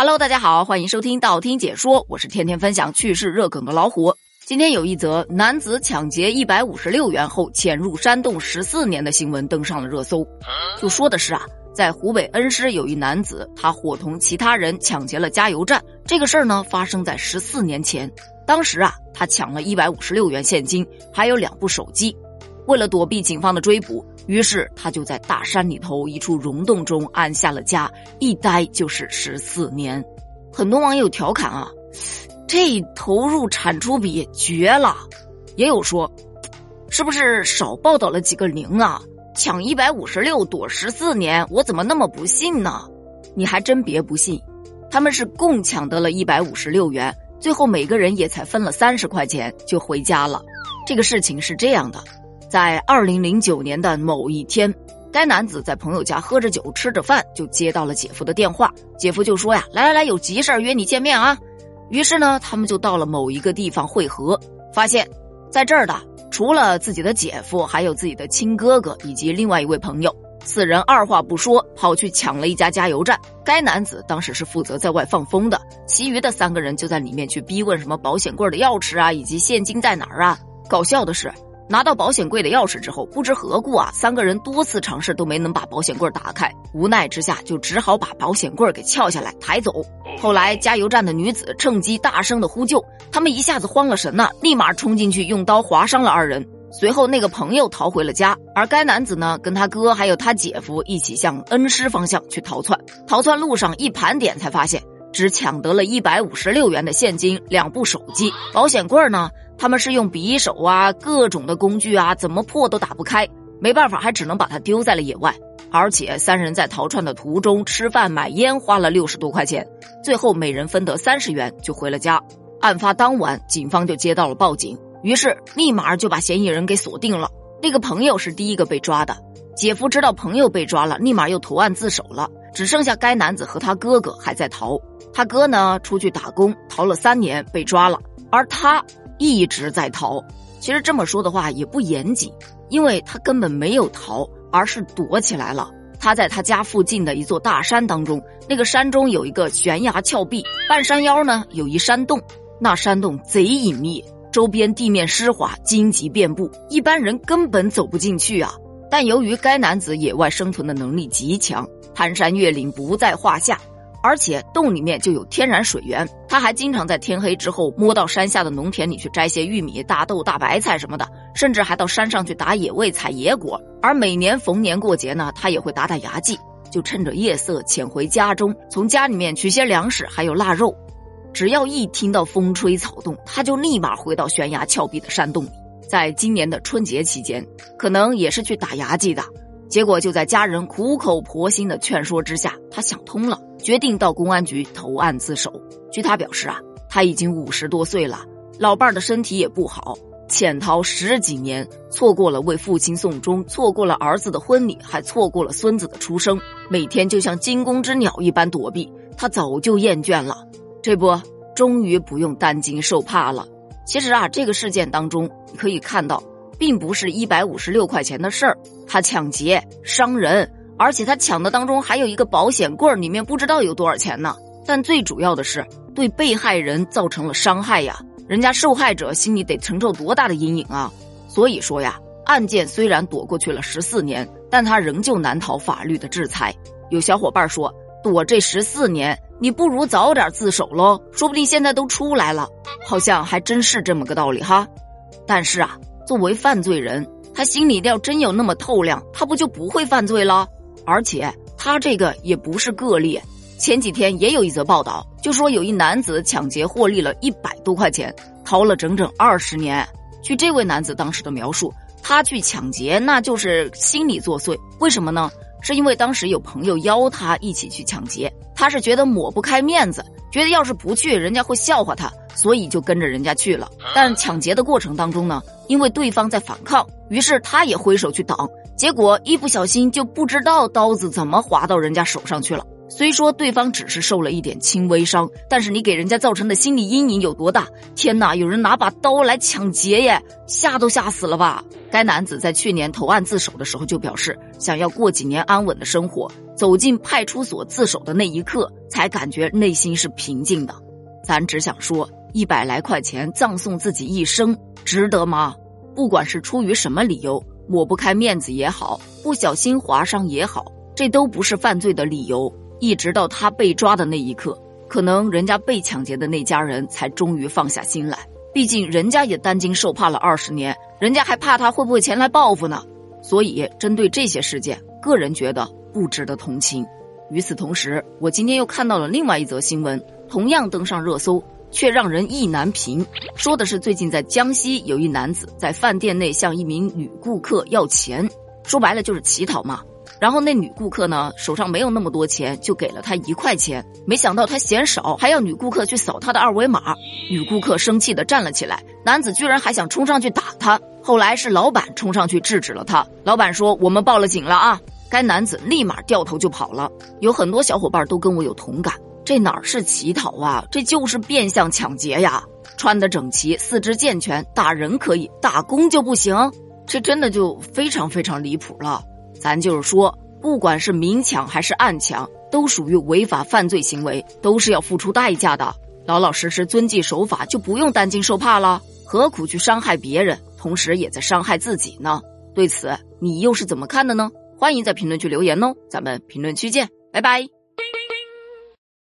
Hello， 大家好，欢迎收听道听解说，我是天天分享趣事热梗的老虎。今天有一则男子抢劫156元后潜入山洞14年的新闻登上了热搜。就说的是在湖北恩施有一男子，他伙同其他人抢劫了加油站。这个事儿呢发生在14年前。当时他抢了156元现金，还有2部手机。为了躲避警方的追捕，于是他就在大山里头一处溶洞中安下了家，一待就是14年。很多网友调侃这投入产出比绝了。也有说，是不是少报道了几个零抢156躲14年，我怎么那么不信呢？你还真别不信，他们是共抢得了156元，最后每个人也才分了30块钱就回家了。这个事情是这样的，在2009年的某一天，该男子在朋友家喝着酒吃着饭，就接到了姐夫的电话。姐夫就说来有急事约你见面于是呢，他们就到了某一个地方汇合，发现在这儿的除了自己的姐夫，还有自己的亲哥哥以及另外一位朋友。4人二话不说跑去抢了一家加油站。该男子当时是负责在外放风的，其余的3个人就在里面去逼问什么保险柜的钥匙以及现金在哪儿搞笑的是，拿到保险柜的钥匙之后，不知何故3个人多次尝试都没能把保险柜打开，无奈之下就只好把保险柜给撬下来抬走。后来加油站的女子趁机大声的呼救，他们一下子慌了神立马冲进去用刀划伤了2人。随后那个朋友逃回了家，而该男子呢跟他哥还有他姐夫一起向恩施方向去逃窜。逃窜路上一盘点才发现，只抢得了156元的现金，2部手机。保险柜呢，他们是用匕首各种的工具怎么破都打不开，没办法还只能把它丢在了野外。而且3人在逃窜的途中吃饭买烟花了60多块钱，最后每人分得30元就回了家。案发当晚，警方就接到了报警，于是立马就把嫌疑人给锁定了。那个朋友是第一个被抓的，姐夫知道朋友被抓了，立马又投案自首了，只剩下该男子和他哥哥还在逃。他哥呢出去打工逃了3年被抓了，而他一直在逃。其实这么说的话也不严谨，因为他根本没有逃，而是躲起来了。他在他家附近的一座大山当中，那个山中有一个悬崖峭壁，半山腰呢有一山洞，那山洞贼隐秘，周边地面湿滑，荆棘遍布，一般人根本走不进去但由于该男子野外生存的能力极强，攀山越岭不在话下，而且洞里面就有天然水源，他还经常在天黑之后摸到山下的农田里去摘些玉米、大豆、大白菜什么的，甚至还到山上去打野味、采野果。而每年逢年过节呢，他也会打牙祭，就趁着夜色潜回家中，从家里面取些粮食还有腊肉。只要一听到风吹草动，他就立马回到悬崖峭壁的山洞里。在今年的春节期间，可能也是去打牙祭的，结果就在家人苦口婆心的劝说之下，他想通了，决定到公安局投案自首。据他表示他已经50多岁了，老伴儿的身体也不好，潜逃10几年，错过了为父亲送终，错过了儿子的婚礼，还错过了孙子的出生，每天就像惊弓之鸟一般躲避，他早就厌倦了。这不，终于不用担惊受怕了。其实这个事件当中你可以看到，并不是156块钱的事儿，他抢劫伤人，而且他抢的当中还有一个保险柜，里面不知道有多少钱呢。但最主要的是对被害人造成了伤害人家受害者心里得承受多大的阴影所以说案件虽然躲过去了14年，但他仍旧难逃法律的制裁。有小伙伴说，躲这14年你不如早点自首咯，说不定现在都出来了。好像还真是这么个道理但是作为犯罪人，他心里要真有那么透亮，他不就不会犯罪了？而且他这个也不是个例，前几天也有一则报道，就说有一男子抢劫获利了100多块钱，逃了整整20年。据这位男子当时的描述，他去抢劫那就是心理作祟。为什么呢？是因为当时有朋友邀他一起去抢劫，他是觉得抹不开面子，觉得要是不去人家会笑话他，所以就跟着人家去了。但抢劫的过程当中呢，因为对方在反抗，于是他也挥手去挡，结果一不小心就不知道刀子怎么划到人家手上去了， 虽说对方只是受了一点轻微伤，但是你给人家造成的心理阴影有多大？天哪，有人拿把刀来抢劫耶，吓都吓死了吧。该男子在去年投案自首的时候就表示，想要过几年安稳的生活，走进派出所自首的那一刻才感觉内心是平静的。咱只想说，100来块钱葬送自己一生，值得吗？不管是出于什么理由，抹不开面子也好，不小心划伤也好，这都不是犯罪的理由。一直到他被抓的那一刻，可能人家被抢劫的那家人才终于放下心来，毕竟人家也担惊受怕了20年，人家还怕他会不会前来报复呢。所以针对这些事件，个人觉得不值得同情。与此同时，我今天又看到了另外一则新闻，同样登上热搜，却让人意难平。说的是最近在江西有一男子在饭店内向一名女顾客要钱，说白了就是乞讨嘛。然后那女顾客呢，手上没有那么多钱，就给了他1块钱，没想到他嫌少，还要女顾客去扫他的2维码。女顾客生气地站了起来，男子居然还想冲上去打他，后来是老板冲上去制止了他。老板说，我们报了警了啊。该男子立马掉头就跑了。有很多小伙伴都跟我有同感，这哪是乞讨啊，这就是变相抢劫呀。穿得整齐，四肢健全，打人可以，打工就不行，这真的就非常非常离谱了。咱就是说，不管是明抢还是暗抢，都属于违法犯罪行为，都是要付出代价的。老老实实遵纪守法，就不用担惊受怕了，何苦去伤害别人，同时也在伤害自己呢？对此，你又是怎么看的呢？欢迎在评论区留言哦，咱们评论区见，拜拜。